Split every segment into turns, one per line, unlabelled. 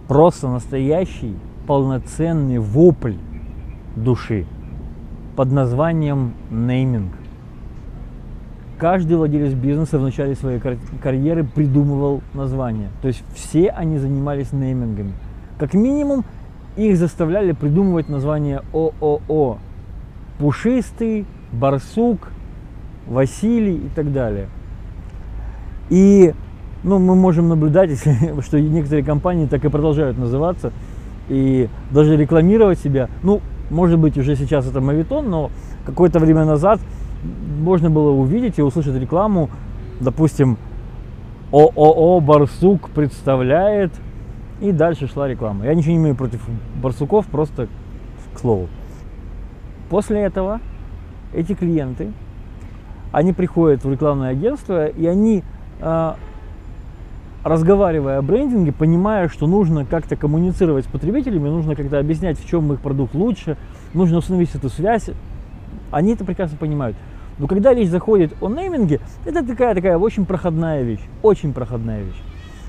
просто настоящий полноценный вопль души под названием нейминг. Каждый владелец бизнеса в начале своей карьеры придумывал название. То есть все они занимались неймингами. Как минимум их заставляли придумывать название ООО. Пушистый, Барсук, Василий и так далее. И мы можем наблюдать, что некоторые компании так и продолжают называться и даже рекламировать себя. Может быть, уже сейчас это моветон, но какое-то время назад можно было увидеть и услышать рекламу, допустим, ООО «Барсук» представляет, и дальше шла реклама. Я ничего не имею против барсуков, просто к слову. После этого эти клиенты, они приходят в рекламное агентство, и они, разговаривая о брендинге, понимая, что нужно как-то коммуницировать с потребителями, нужно как-то объяснять, в чем их продукт лучше, нужно установить эту связь, они это прекрасно понимают. Но когда речь заходит о нейминге, это такая очень проходная вещь, очень проходная вещь.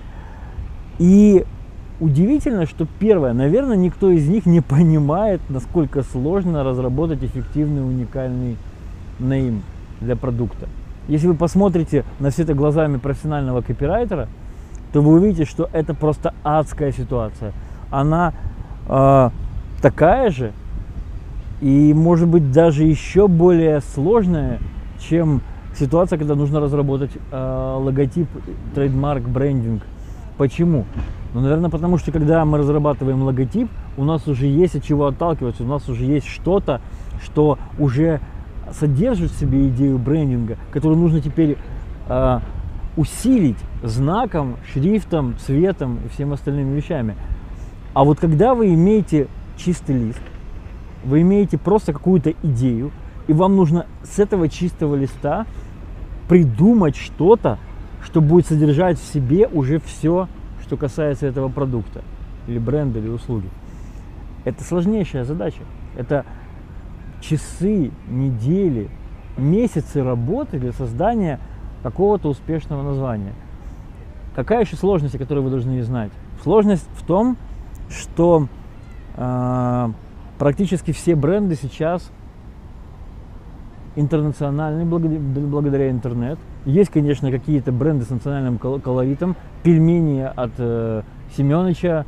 И удивительно, что первое, наверное, никто из них не понимает, насколько сложно разработать эффективный уникальный нейм для продукта. Если вы посмотрите на все это глазами профессионального копирайтера, то вы увидите, что это просто адская ситуация. Она такая же и, может быть, даже еще более сложная, чем ситуация, когда нужно разработать логотип, трейдмарк, брендинг. Почему? Наверное, потому что когда мы разрабатываем логотип, у нас уже есть от чего отталкиваться, у нас уже есть что-то, что уже содержит в себе идею брендинга, которую нужно теперь усилить знаком, шрифтом, цветом и всеми остальными вещами. А вот когда вы имеете чистый лист, вы имеете просто какую-то идею, и вам нужно с этого чистого листа придумать что-то, что будет содержать в себе уже все, что касается этого продукта, или бренда, или услуги. Это сложнейшая задача. Это часы, недели, месяцы работы для создания какого-то успешного названия. Какая еще сложность, о которой вы должны знать? Сложность в том, что практически все бренды сейчас интернациональны благодаря интернету. Есть, конечно, какие-то бренды с национальным колоритом. Пельмени от Семёныча,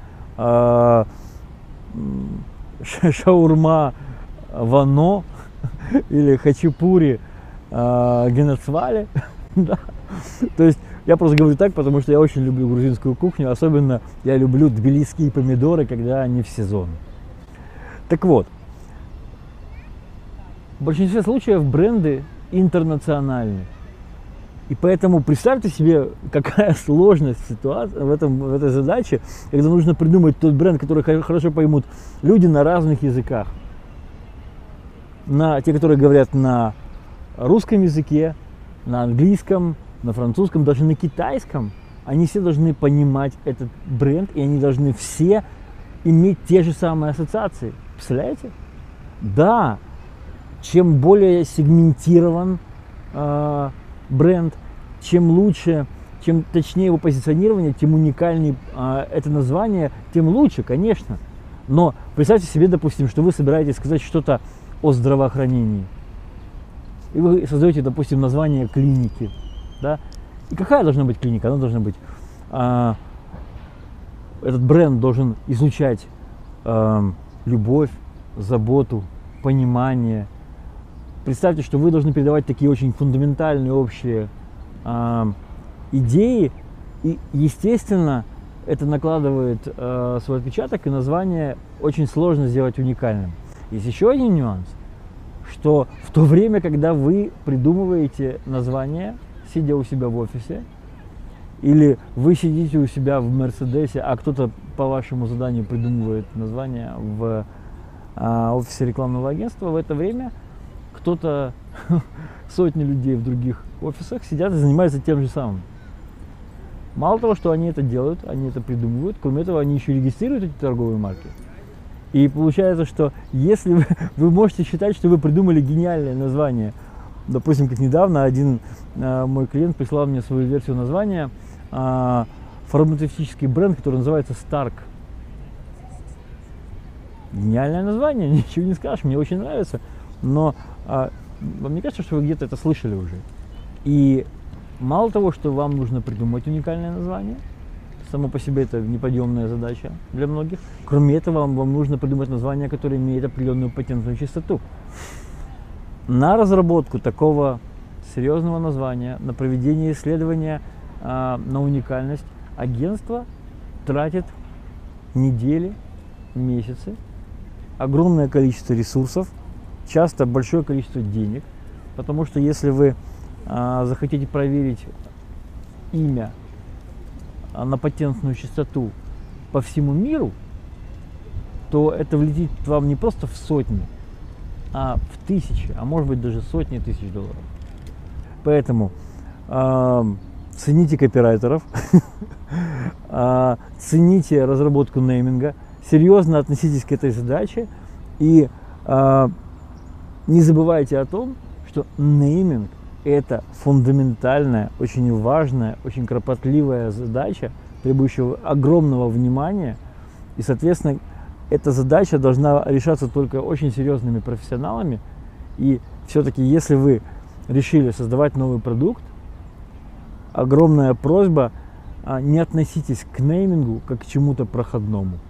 шаурма Вано или хачапури Генацвале. Да. То есть я просто говорю так, потому что я очень люблю грузинскую кухню. Особенно я люблю тбилисские помидоры, когда они в сезон. Так вот, в большинстве случаев бренды интернациональны. И поэтому представьте себе, какая сложность ситуации в этой задаче, когда нужно придумать тот бренд, который хорошо поймут люди на разных языках. Те, которые говорят на русском языке, на английском, на французском, даже на китайском. Они все должны понимать этот бренд, и они должны все иметь те же самые ассоциации. Представляете? Да, чем более сегментирован бренд, чем лучше, чем точнее его позиционирование, тем уникальнее это название, тем лучше, конечно. Но представьте себе, допустим, что вы собираетесь сказать что-то о здравоохранении. И вы создаете, допустим, название клиники. Да? И какая должна быть клиника? Она должна быть... этот бренд должен излучать любовь, заботу, понимание. Представьте, что вы должны передавать такие очень фундаментальные общие идеи, и, естественно, это накладывает свой отпечаток, и название очень сложно сделать уникальным. Есть еще один нюанс, что в то время, когда вы придумываете название, сидя у себя в офисе, или вы сидите у себя в Мерседесе, а кто-то по вашему заданию придумывает название в офисе рекламного агентства, в это время кто-то, сотни людей в других офисах сидят и занимаются тем же самым. Мало того, что они это делают, они это придумывают, кроме этого, они еще регистрируют эти торговые марки. И получается, что если вы можете считать, что вы придумали гениальное название, допустим, как недавно один мой клиент прислал мне свою версию названия, фармацевтический бренд, который называется Stark. Гениальное название, ничего не скажешь, мне очень нравится. Но вам не кажется, что вы где-то это слышали уже? И мало того, что вам нужно придумать уникальное название, само по себе это неподъемная задача для многих. Кроме этого, вам нужно придумать название, которое имеет определенную патентную чистоту. На разработку такого серьезного названия, на проведение исследования на уникальность агентство тратит недели, месяцы, огромное количество ресурсов, часто большое количество денег, потому что если вы захотите проверить имя на патентную чистоту по всему миру, то это влетит вам не просто в сотни, а в тысячи, а может быть даже сотни тысяч долларов. Поэтому цените копирайтеров, цените разработку нейминга, серьезно относитесь к этой задаче и не забывайте о том, что нейминг – это фундаментальная, очень важная, очень кропотливая задача, требующая огромного внимания. И, соответственно, эта задача должна решаться только очень серьезными профессионалами. И все-таки, если вы решили создавать новый продукт, огромная просьба: не относитесь к неймингу как к чему-то проходному.